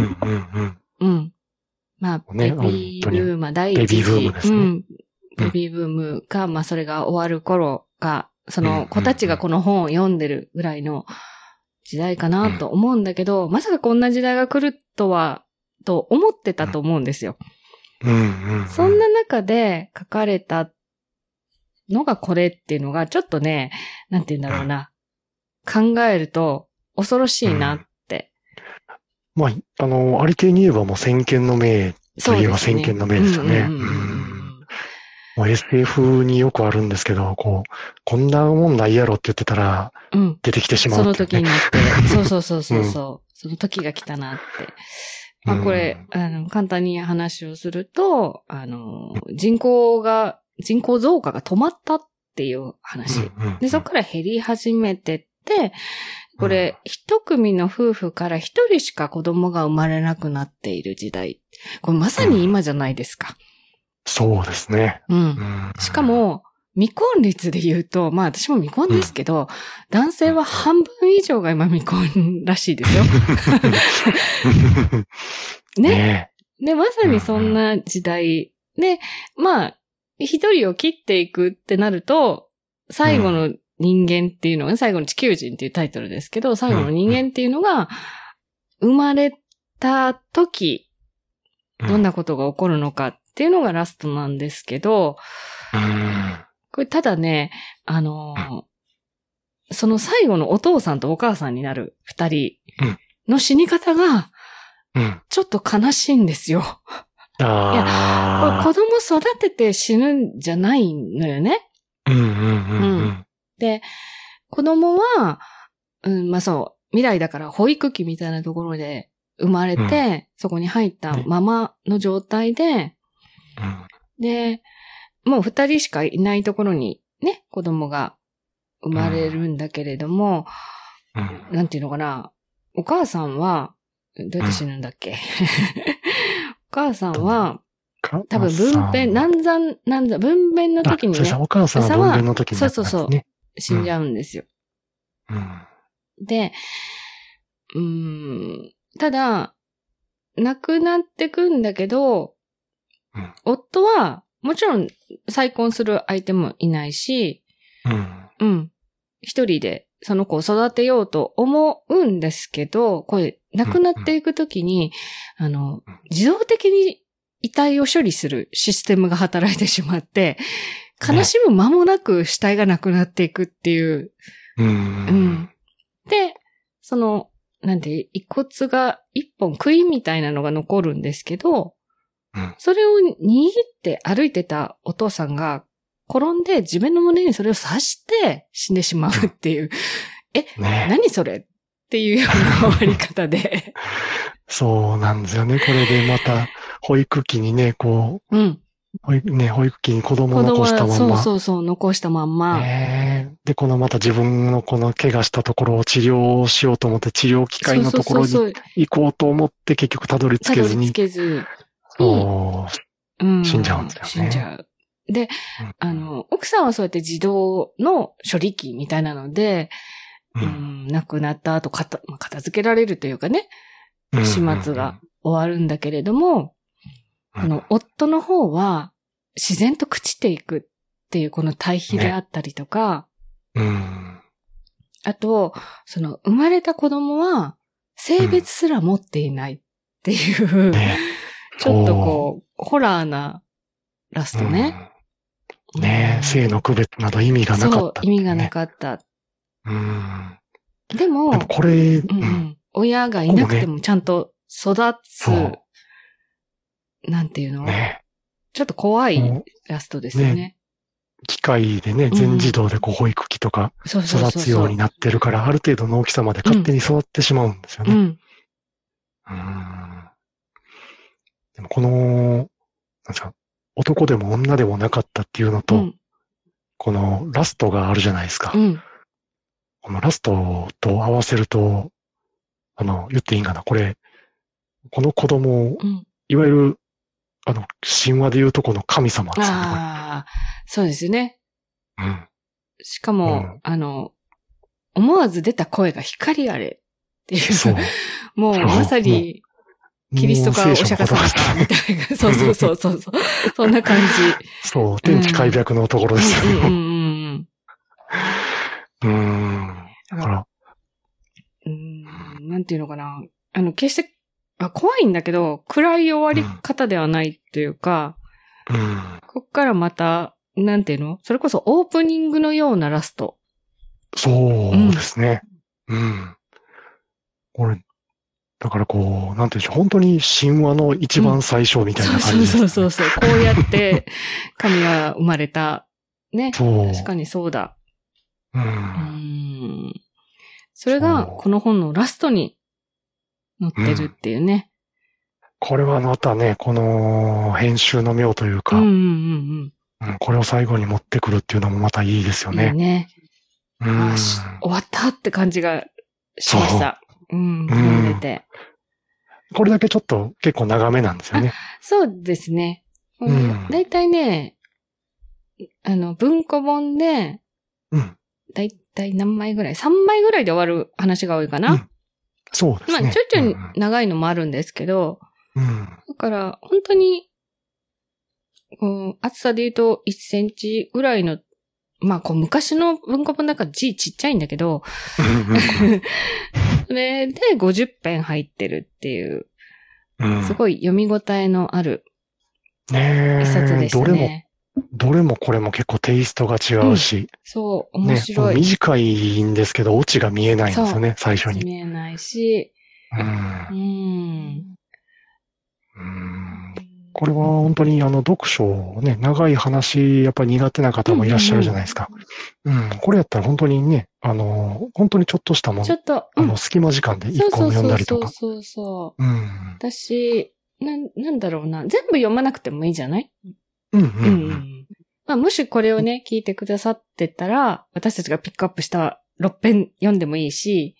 まあ、ベビーブーム、第一次。ベビーブームですね。ベビーブームか、まあそれが終わる頃が、その子たちがこの本を読んでるぐらいの時代かなと思うんだけど、まさかこんな時代が来ると思ってたと思うんですよ。そんな中で書かれたのがこれっていうのが、ちょっとね、なんて言うんだろうな。考えると恐ろしいなって。 まあ、ありていに言えばもう先見の明といえば先見の明ですよね。もう SF によくあるんですけど、こんなもんないやろって言ってたら、出てきてしまう、 その時になって。そう。その時が来たなって。まあこれ、簡単に話をすると、人口増加が止まったっていう話。で、そこから減り始めてって、これ、一組の夫婦から一人しか子供が生まれなくなっている時代。これまさに今じゃないですか。 そうですね。 しかも、未婚率で言うと、まあ私も未婚ですけど、男性は半分以上が今未婚らしいですよ。ね。で、まさにそんな時代で、まあ、一人を切っていくってなると、最後の人間っていうのが、最後の地球人っていうタイトルですけど、最後の人間っていうのが、生まれた時、どんなことが起こるのかっていうのがラストなんですけど、これただね、その最後のお父さんとお母さんになる二人の死に方が、ちょっと悲しいんですよ。いや、これ子供育てて死ぬんじゃないのよね。で、子供は、まあそう、未来だから保育器みたいなところで生まれて、そこに入ったままの状態で、で、もう二人しかいないところにね、子供が生まれるんだけれども、なんていうのかな、お母さんは、どうやって死ぬんだっけお母さんは、多分分娩の時にね。 お母さんは分娩の時に、ね。 そう。死んじゃうんですよ。で、ただ、亡くなってくんだけど、夫は、もちろん再婚する相手もいないし、一人でその子を育てようと思うんですけど、これ、亡くなっていくときに、自動的に遺体を処理するシステムが働いてしまって、悲しむ間もなく死体がなくなっていくっていう。で、そのなんて、遺骨が一本杭みたいなのが残るんですけど、それを握って歩いてたお父さんが転んで自分の胸にそれを刺して死んでしまうっていう。何それっていうような終わり方で。 そうなんですよね。これでまた保育器にね、こう、保育器に子供を残したまんま。 そう、残したまんま。 で、このまた自分のこの怪我したところを治療しようと思って治療機械のところに行こうと思って結局たどり着けずに。そう、死んじゃうんですよね。 死んじゃう。で、奥さんはそうやって自動の処理機みたいなので、亡くなった後片付けられるというかね、始末が終わるんだけれども、夫の方は自然と朽ちていくっていうこの対比であったりとか、あと、生まれた子供は性別すら持っていないっていう、ちょっとこう、ホラーなラストね。 性の区別など意味がなかった、 そう、意味がなかった。でも、 これ、 親がいなくてもちゃんと育つ、なんていうの、ちょっと怖いラストですよね。 機械でね、全自動で保育器とか育つようになってるから、ある程度の大きさまで勝手に育ってしまうんですよね。でもこの、なんですか、男でも女でもなかったっていうのと、このラストがあるじゃないですか。このラストと合わせると、言っていいんかな、この子供、いわゆる、神話でいうとこの神様ですよね。 そうですね。しかも、思わず出た声が光あれっていう、もうまさに、キリストかお釈迦様かみたいな。そう。そんな感じ。 そう、天地開闢のところですよね。だから。 なんていうのかな。決して、怖いんだけど、暗い終わり方ではないというか、こっからまた、なんていうの？それこそオープニングのようなラスト。 そうですね。これ、だからこう、なんていうんでしょう、本当に神話の一番最初みたいな感じですね。 そう。こうやって神は生まれた。ね。確かにそうだ。それが、この本のラストに載ってるっていうね。 これはまたね、この編集の妙というか、これを最後に持ってくるっていうのもまたいいですよね。 いいね。終わったって感じがしました。読んでて。 これだけちょっと結構長めなんですよね。 そうですね。だいたいね、文庫本で、だいたい何枚ぐらい ?3 枚ぐらいで終わる話が多いかな。 そうですね。 ちょいちょい長いのもあるんですけど、だから本当に、厚さで言うと1センチぐらいの、昔の文庫本だから字ちっちゃいんだけど、それで50編入ってるっていう、すごい読み応えのある一冊でしたね。 どれもこれも結構テイストが違うし。 そう、面白い。 短いんですけど、オチが見えないんですよね、最初に。 見えないし。 これは本当に読書をね、長い話、やっぱり苦手な方もいらっしゃるじゃないですか。これやったら本当にね、本当にちょっとしたもの。ちょっと、隙間時間で一個読んだりとか。 そう。私、なんだろうな。全部読まなくてもいいじゃない？もしこれをね、聞いてくださってたら、私たちがピックアップした6編読んでもいいし、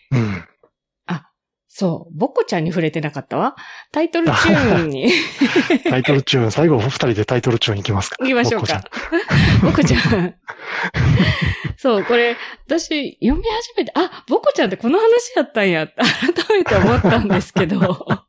そう、ボコちゃんに触れてなかったわ。タイトルチューンに。 タイトルチューン、最後2人でタイトルチューン行きますか。 行きましょうか。ボコちゃん。そう、これ、私、読み始めて、ボコちゃんってこの話やったんや、改めて思ったんですけど。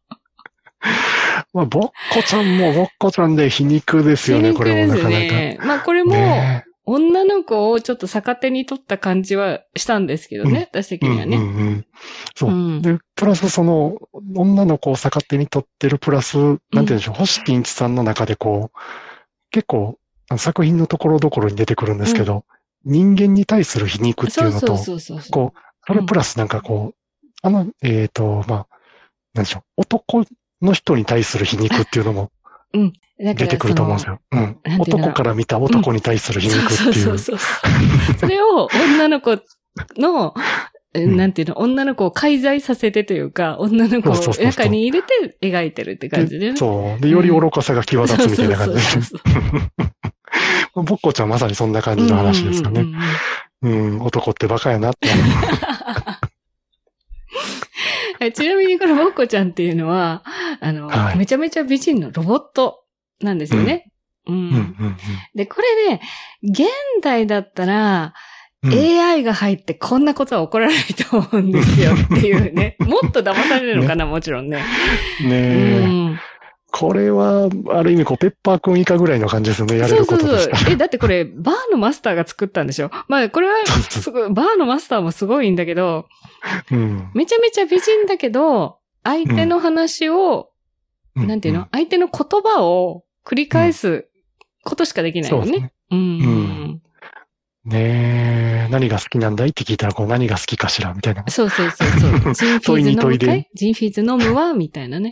ボッコちゃんもボッコちゃんで皮肉ですよね、これもなかなか。 これも、女の子をちょっと逆手に取った感じはしたんですけどね、私的にはね。 そう。で、プラス女の子を逆手に取ってるプラス、なんて言うんでしょう、星新一さんの中で結構、作品のところどころに出てくるんですけど、人間に対する皮肉っていうのと、それプラスまあ、なんでしょう。男の人に対する皮肉っていうのも、 うん。 出てくると思うんですよ。うん。男から見た男に対する皮肉っていう。 そう。それを女の子の、なんていうの、女の子を介在させてというか、女の子を中に入れて描いてるって感じでね。 そう。で、より愚かさが際立つみたいな感じです。ぼっこちゃんまさにそんな感じの話ですよね。男ってバカやなって。 ちなみにこのぼっこちゃんっていうのは、めちゃめちゃ美人のロボットなんですよね。で、これね、現代だったら、AI が入ってこんなことは起こらないと思うんですよっていうね。もっと騙されるのかな、もちろんね。 これは、ある意味、ペッパーくん以下ぐらいの感じですよね、やれることとして。 そう。だってこれ、バーのマスターが作ったんでしょ。まあ、これは、すごい、バーのマスターもすごいんだけど、めちゃめちゃ美人だけど、相手の話を、なんていうの、相手の言葉を繰り返すことしかできないよね。 ねえ、何が好きなんだいって聞いたら、何が好きかしらみたいな。 そう。ジンフィーズ飲むかい？ジンフィーズ飲むわみたいなね。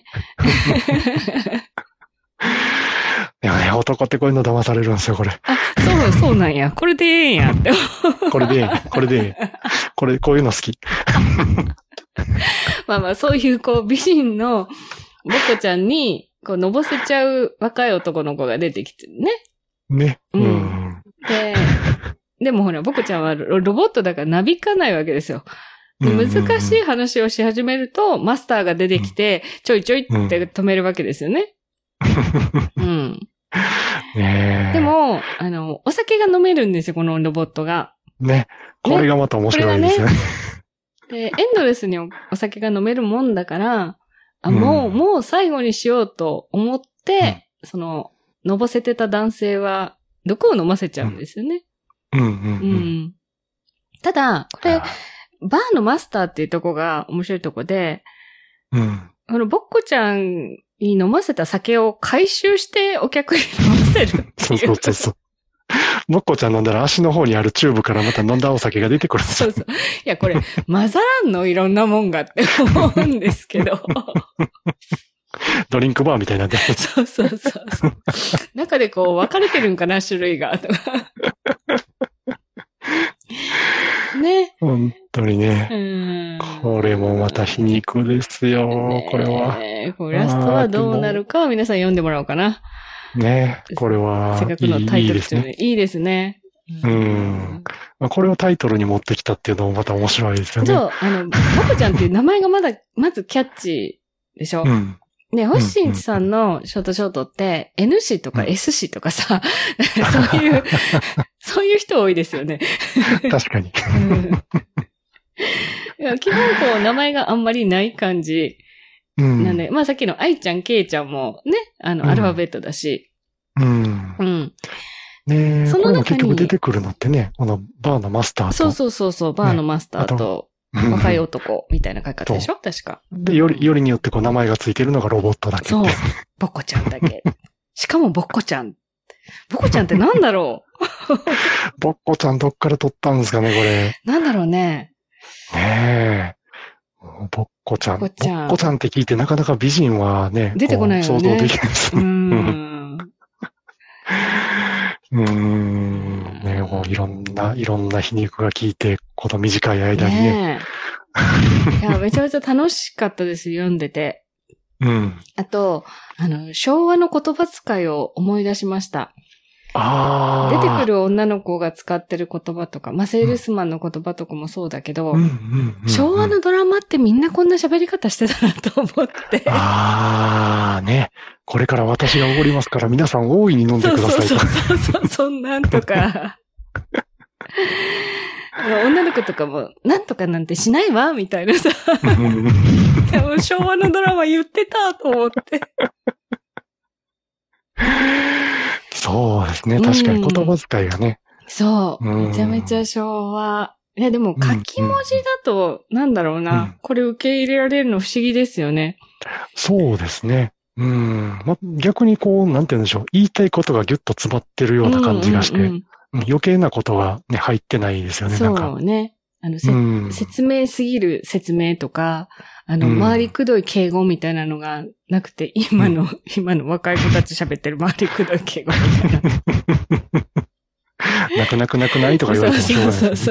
いやね、男ってこういうの騙されるんですよ、これ。 そうなんや。これでええんやって。 これでええ。こういうの好き。 まあ、そういう、美人の、ぼっこちゃんに、のぼせちゃう若い男の子が出てきてね。 ね。 でもほら、ぼっこちゃんはロボットだからなびかないわけですよ。難しい話をし始めると、マスターが出てきて、ちょいちょいって止めるわけですよね。でも、お酒が飲めるんですよ、このロボットが。 ね。これがまた面白いですよね。 で、エンドレスにお酒が飲めるもんだから、もう最後にしようと思って、のぼせてた男性は、毒を飲ませちゃうんですよね。ただ、これ、バーのマスターっていうとこが面白いとこで、ぼっこちゃんに飲ませた酒を回収してお客に飲ませるっていう。 そう。ぼっこちゃん飲んだら足の方にあるチューブからまた飲んだお酒が出てくるんですよ。 いや、これ、混ざらんのいろんなもんがって思うんですけど。 ドリンクバーみたいになってる。 そう。中で分かれてるんかな、種類が。とかね。 本当にね。これもまた皮肉ですよ、これは。 ラストはどうなるかは皆さん読んでもらおうかな。 ね。これは。 せっかくのタイトルですね。いいですね。 これをタイトルに持ってきたっていうのもまた面白いですよね。 そう、ぼこちゃんっていう名前がまずキャッチーでしょ。ね、星新一さんのショートって、N 氏とか S 氏とかさ、そういう人多いですよね。 確かに。 基本名前があんまりない感じ。なんで、さっきの愛ちゃん、ケイちゃんもね、アルファベットだし。 ね、その中に結局出てくるのってね、バーのマスターと。 そう、バーのマスターと、若い男みたいな書き方でしょ確か。 で、よりによって名前がついてるのがロボットだけ。 そう。ぼっこちゃんだけ。しかもぼっこちゃん。ぼっこちゃんってなんだろうぼっこちゃんどっから取ったんですかね、これ。 なんだろうね。 ねえ。ぼっこちゃん。ぼっこちゃんって聞いてなかなか美人はね。 出てこないよね。 想像できないです。ね、もういろんな皮肉が効いて、この短い間にね。 いや、めちゃめちゃ楽しかったです、読んでて。あと、昭和の言葉遣いを思い出しました。出てくる女の子が使ってる言葉とか、セールスマンの言葉とかもそうだけど、昭和のドラマってみんなこんな喋り方してたなと思って。 ね。これから私がおごりますから皆さん大いに飲んでください。 そんなんとか。女の子とかも、なんとかなんてしないわみたいなさ。でも昭和のドラマ言ってたと思って。 そうですね。確かに言葉遣いがね。 そう。めちゃめちゃ昭和。いや、でも書き文字だと、なんだろうな。これ受け入れられるの不思議ですよね。 そうですね。逆になんて言うんでしょう。言いたいことがギュッと詰まってるような感じがして、余計なことがね、入ってないですよね。 そうね。 説明すぎる説明とか、回りくどい敬語みたいなのがなくて、今の若い子たち喋ってる回りくどい敬語みたいな。 なくないとか言われてもしょうがない。そう。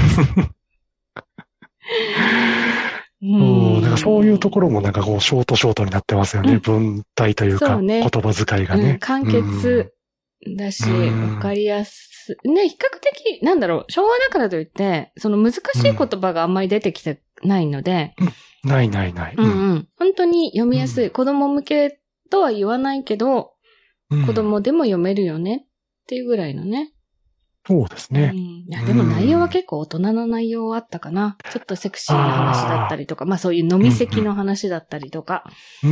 だからそういうところもなんかこう、ショートになってますよね。文体というか、言葉遣いがね。 簡潔だし、わかりやすい。ね、比較的、なんだろう、昭和だからといって、その難しい言葉があんまり出てきてないので。 ない。 本当に読みやすい。子供向けとは言わないけど、子供でも読めるよねっていうぐらいのね。 そうですね。 いや、でも内容は結構大人の内容はあったかな。ちょっとセクシーな話だったりとか、まあそういう飲み席の話だったりとか。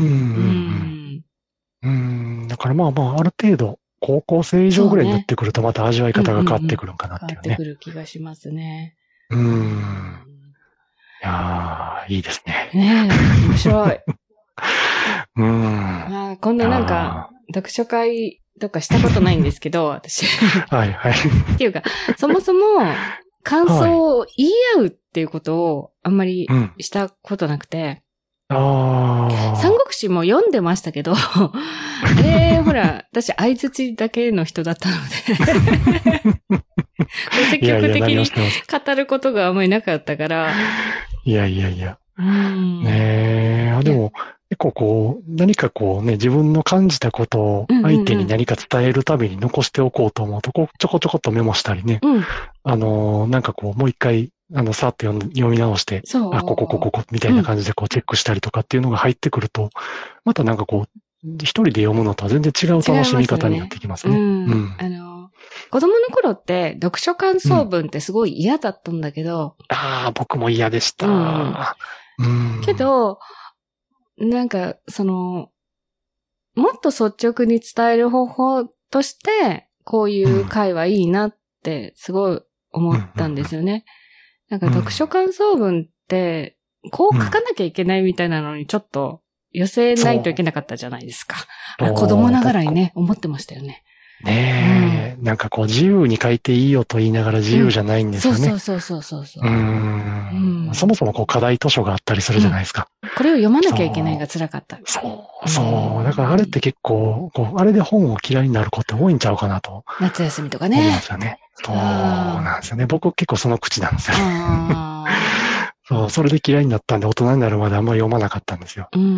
だからまあ、ある程度、高校生以上ぐらいになってくるとまた味わい方が変わってくるんかなっていうね。 変わってくる気がしますね。 いやー、いいですね。 ねえ、面白い。 今度なんか、読書会とかしたことないんですけど、私。 はい。 っていうか、そもそも、感想を言い合うっていうことをあんまりしたことなくて。三国志も読んでましたけど、ほら、私相槌だけの人だったので、積極的に語ることがあんまりなかったから。 いや。ねえ、でも、結構こう、何かこうね、自分の感じたことを相手に何か伝えるために残しておこうと思うと、ちょこちょこっとメモしたりね。なんかこう、もう一回、さーっと読み直して、ここ、みたいな感じでこうチェックしたりとかっていうのが入ってくると、またなんかこう、一人で読むのとは全然違う楽しみ方になってきますね。 子供の頃って読書感想文ってすごい嫌だったんだけど。 僕も嫌でした。 けど、なんか、もっと率直に伝える方法として、こういう会はいいなってすごい思ったんですよね。なんか読書感想文って、こう書かなきゃいけないみたいなのにちょっと寄せないといけなかったじゃないですか。子供ながらにね、思ってましたよね。 ねえ、なんかこう自由に書いていいよと言いながら自由じゃないんですよね。 そう。 そもそもこう課題図書があったりするじゃないですか。 これを読まなきゃいけないが辛かった。 そう。だからあれって結構、あれで本を嫌いになる子って多いんちゃうかなと。 夏休みとかね。 思うんですよね。そうなんですよね。僕結構その口なんですよ。それで嫌いになったんで大人になるまであんまり読まなかったんですよ。 そう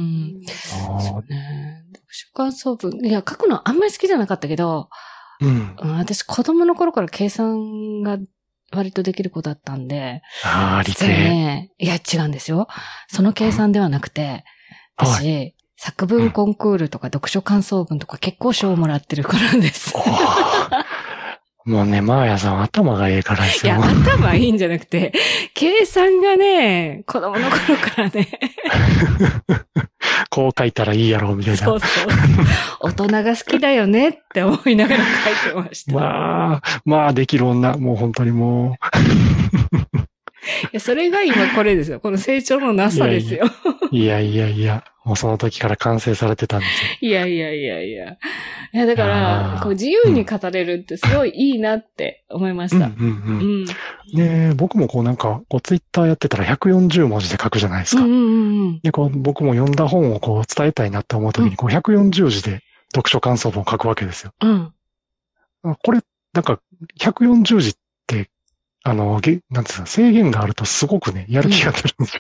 ね。読書感想文。いや、書くのあんまり好きじゃなかったけど、私子供の頃から計算が割とできる子だったんで。 理系。 ね。いや、違うんですよ。その計算ではなくて、私、作文コンクールとか読書感想文とか結構賞をもらってる子なんです。 もうね、マーヤさん頭がいいからですよ。 いや、頭いいんじゃなくて、計算がね、子供の頃からね。 こう書いたらいいやろうみたいな。 そう。大人が好きだよねって思いながら書いてました。 まあできる女、もう本当にもう。 いや、それが今これですよ。この成長のなさですよ。 いや。もうその時から完成されてたんですよ。 いや。いや、だから、こう自由に語れるってすごいいいなって思いました。 ね僕もこうなんか、ツイッターやってたら140文字で書くじゃないですか。で僕も読んだ本をこう伝えたいなって思う時に、こう140字で読書感想文を書くわけですよ。これ、なんか、140字って、なんですか、制限があるとすごくね、やる気が出るんですよ。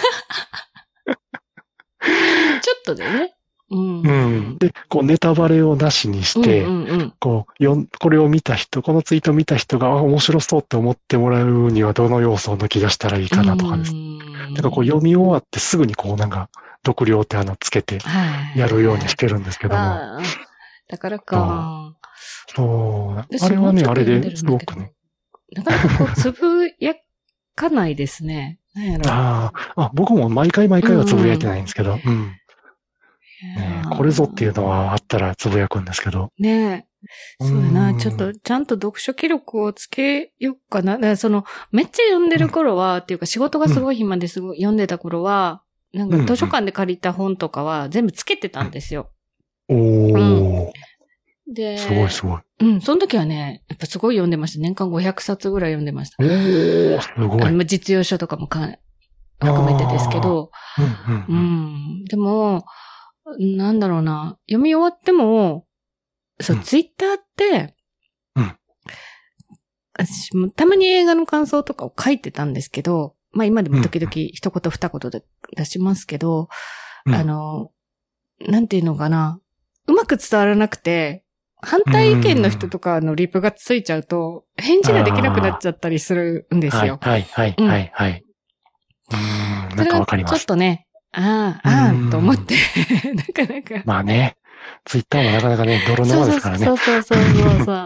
ちょっとでね。 で、こうネタバレをなしにして、これを見た人、このツイートを見た人が面白そうって思ってもらうにはどの要素を抜き出したらいいかなとかです。だからこう読み終わってすぐにこうなんか、読了ってつけてやるようにしてるんですけども。 だからか。 あれはね、あれですごくね。 なかなかこう、つぶやかないですね。なんやろ。 僕も毎回はつぶやいてないんですけど。これぞっていうのはあったらつぶやくんですけど。 ねえ。そうやな。ちょっと、ちゃんと読書記録をつけようかな。だからめっちゃ読んでる頃は、っていうか仕事がすごい暇ですごい読んでた頃は、なんか図書館で借りた本とかは全部つけてたんですよ。 で、 すごいすごい。 うん、その時はね、やっぱすごい読んでました。年間500冊ぐらい読んでました。 おー、すごい。 実用書とかも含めてですけど、でも、なんだろうな、読み終わっても、そう、ツイッターって、私もたまに映画の感想とかを書いてたんですけど、まあ今でも時々一言二言で出しますけど、なんていうのかな、うまく伝わらなくて、反対意見の人とかのリプがついちゃうと、返事ができなくなっちゃったりするんですよ。 はい。なんかわかります。 ちょっとね、と思って、なかなか。 まあね、ツイッターもなかなかね、泥沼ですからね。 そう。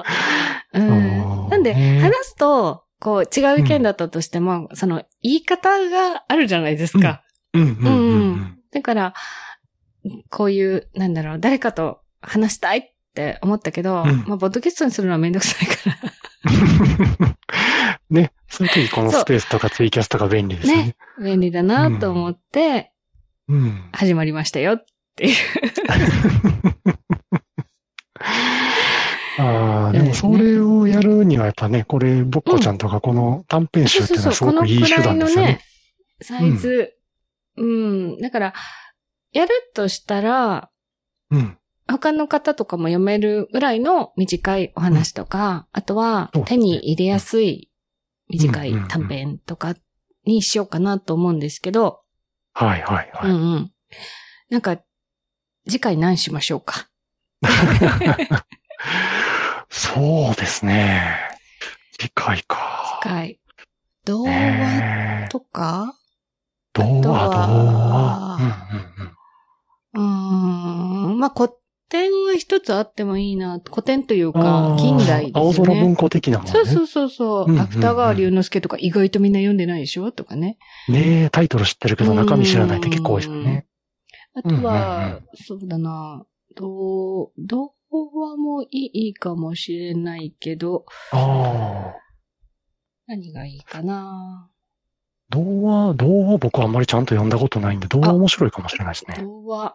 なんで、話すと、こう、違う意見だったとしても、その、言い方があるじゃないですか。だから、こういう、なんだろう、誰かと話したいって思ったけど、まあ、ポッドキャストにするのはめんどくさいから。 ね、そういう時このスペースとかツイキャスとか便利ですね。ね、 便利だなと思って、始まりましたよっていう。 でもそれをやるにはやっぱね、これ、ぼっこちゃんとかこの短編集っていうのはすごくいい手段ですよね。 サイズ。だから、やるとしたら、他の方とかも読めるぐらいの短いお話とか、あとは手に入れやすい短い短編とかにしようかなと思うんですけど。なんか、次回何しましょうか。 そうですね。次回か。 次回。童話とか、 童話。 まあ、古典は一つあってもいいな。古典というか、近代ですね。 青空文庫的なもんね。 そう。芥川龍之介とか意外とみんな読んでないでしょとかね。 ねえ、タイトル知ってるけど中身知らないって結構多いですよね。 あとは、そうだな。童話もいいかもしれないけど、何がいいかな。 童話僕はあんまりちゃんと読んだことないんで、童話面白いかもしれないですね。 童話、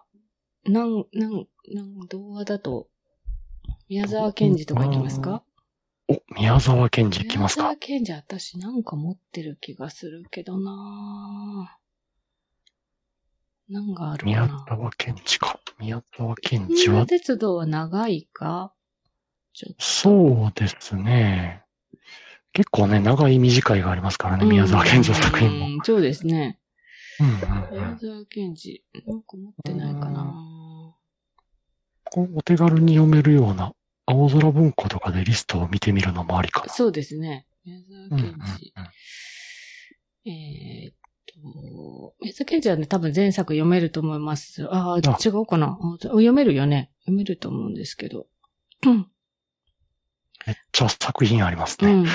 童話だと、宮沢賢治とか行きますか？ 宮沢賢治行きますか？ 宮沢賢治私なんか持ってる気がするけどなぁ。なんがあるかな。 宮沢賢治か。宮沢賢治は。 鉄道は長いか？ そうですね。結構ね、長い短いがありますからね、宮沢賢治の作品も。 そうですね。宮沢賢治、なんか持ってないかな。 お手軽に読めるような、青空文庫とかでリストを見てみるのもありかな。 そうですね。宮沢賢治。宮沢賢治はね、多分前作読めると思います。違うかな。読めるよね。読めると思うんですけど。 めっちゃ作品ありますね。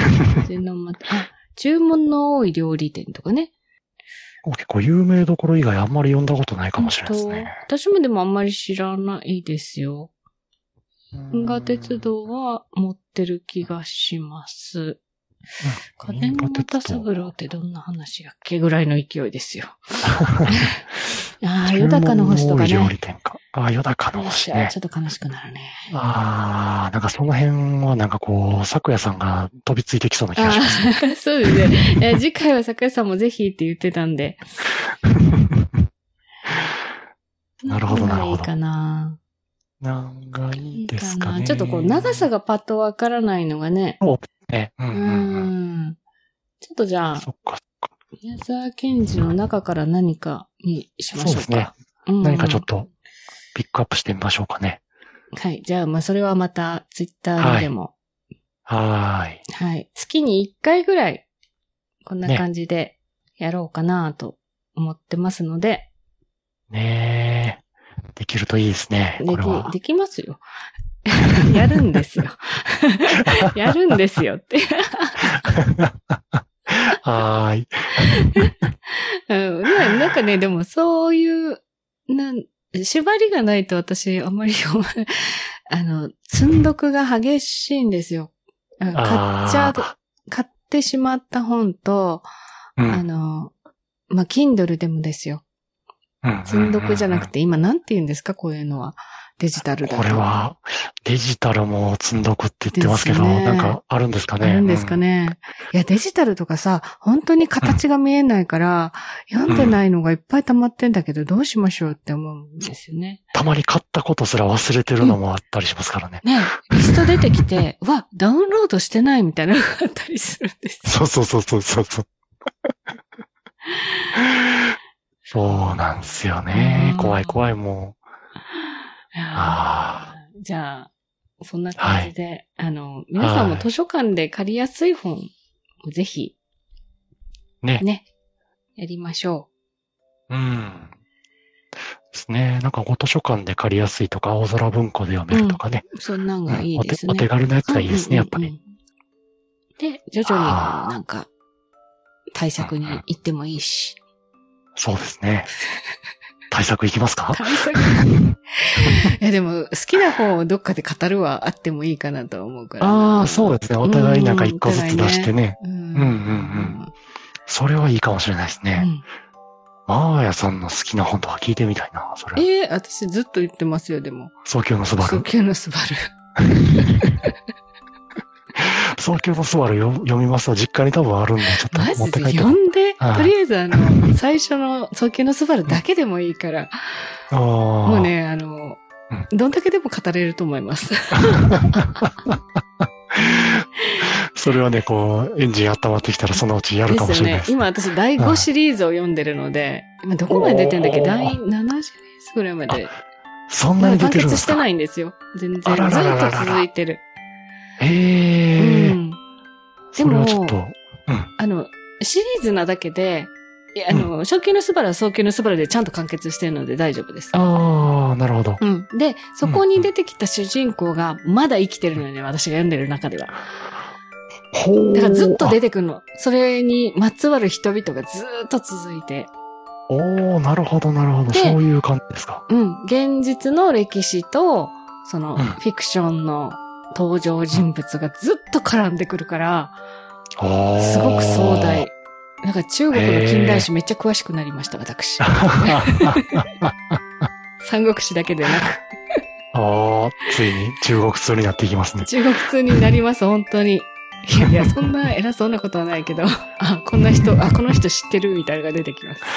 注文の多い料理店とかね。 結構有名どころ以外あんまり読んだことないかもしれないですね。 私もでもあんまり知らないですよ。銀河鉄道は持ってる気がします。金又三郎ってどんな話やっけぐらいの勢いですよ。よだかの星とかね。 料理店か。よだかの星ね。 ちょっと悲しくなるね。 なんかその辺はなんかこう、咲夜さんが飛びついてきそうな気がしますね。 そうですね。次回は咲夜さんもぜひって言ってたんで。 なるほど。 いいかな。 なんかいいですかね。 ちょっとこう、長さがパッとわからないのがね。 そうね。 ちょっとじゃあ、宮沢賢治の中から何かにしましょうか。そうですね。 何かちょっとピックアップしてみましょうかね。 はい。じゃあ、それはまたツイッターでも。 はい。 月に1回ぐらい、こんな感じでやろうかなと思ってますので。 ねえ。できるといいですね。 できますよ。やるんですよ。やるんですよって。なんかね、でもそういう、縛りがないと私、あんまり積読が激しいんですよ。買ってしまった本と、Kindle でもですよ。積読じゃなくて、今なんて言うんですかこういうのは。 デジタルだと。 これは、デジタルも積んどくって言ってますけど、なんかあるんですかね。 あるんですかね。いや、デジタルとかさ、本当に形が見えないから、読んでないのがいっぱい溜まってんだけど、どうしましょうって思うんですよね。 たまに買ったことすら忘れてるのもあったりしますからね。 ね、リスト出てきて、ダウンロードしてないみたいなのがあったりするんですよ。 そう。そうなんですよね。怖いもう。 じゃあ、そんな感じで、皆さんも図書館で借りやすい本をぜひ、ね、やりましょう。ですね。なんか図書館で借りやすいとか、青空文庫で読めるとかね。 そんなんがいいですね。 お手軽なやつがいいですね、やっぱり。 で、徐々になんか、対策に行ってもいいし。 そうですね。対策いきますか？ 対策でも、好きな本をどっかで語るはあってもいいかなと思うから。 そうですね。お互いなんか一個ずつ出してね。それはいいかもしれないですね。マーヤさんの好きな本とか聞いてみたいな、それ。 私ずっと言ってますよ、でも。 早急のスバル。 早急のスバル。 早急のスバル読みますわ。実家に多分あるんで、ちょっと持って帰って。 読んで、とりあえず最初の早急のスバルだけでもいいから。もうね、どんだけでも語れると思います。 それはね、エンジン温まってきたらそのうちやるかもしれないです。 今私第5シリーズを読んでるので、今どこまで出てんだっけ？第7シリーズぐらいまで。 そんなに出てるんですか？ 完結してないんですよ。全然。ずっと続いてる。でも、 ちょっと、 シリーズなだけで、初級のスバルは早級のスバルでちゃんと完結してるので大丈夫です。 なるほど。 で、そこに出てきた主人公がまだ生きてるのね、私が読んでる中では。だからずっと出てくるの。それにまつわる人々がずっと続いて。 なるほど。そういう感じですか。 現実の歴史と、フィクションの登場人物がずっと絡んでくるから、すごく壮大。なんか中国の近代史めっちゃ詳しくなりました、私。三国志だけでなく。 ついに中国通になっていきますね。 中国通になります、本当に。いや、そんな偉そうなことはないけど、この人知ってるみたいなのが出てきます。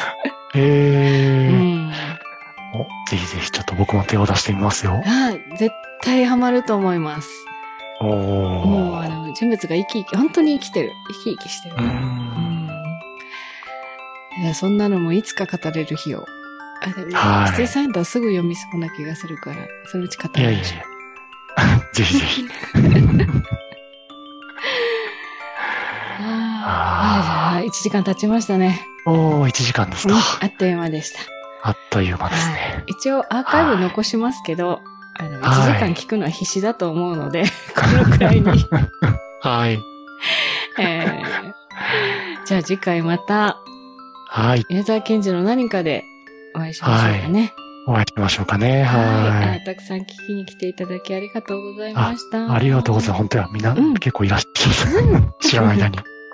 ぜひぜひちょっと僕も手を出してみますよ。 絶対ハマると思います。もう人物が本当に生きてる。生き生きしてる。そんなのもいつか語れる日を。でも、シティサイエントはすぐ読みそうな気がするから、そのうち語るでしょ。 ぜひぜひ。 1時間経ちましたね。 1時間ですか。 あっという間でした。 あっという間ですね。 一応アーカイブ残しますけど、1時間聞くのは必死だと思うので、このくらいに。じゃあ次回また、宮沢賢治の何かでお会いしましょうかね。 お会いしましょうかね。 たくさん聞きに来ていただきありがとうございました。 ありがとうございます。本当はみんな結構いらっしゃる。知らない間に。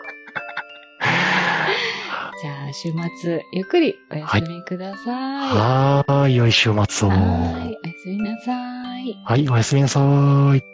じゃあ週末ゆっくりお休みください。 良い週末を。 おやすみなさい。 おやすみなさい。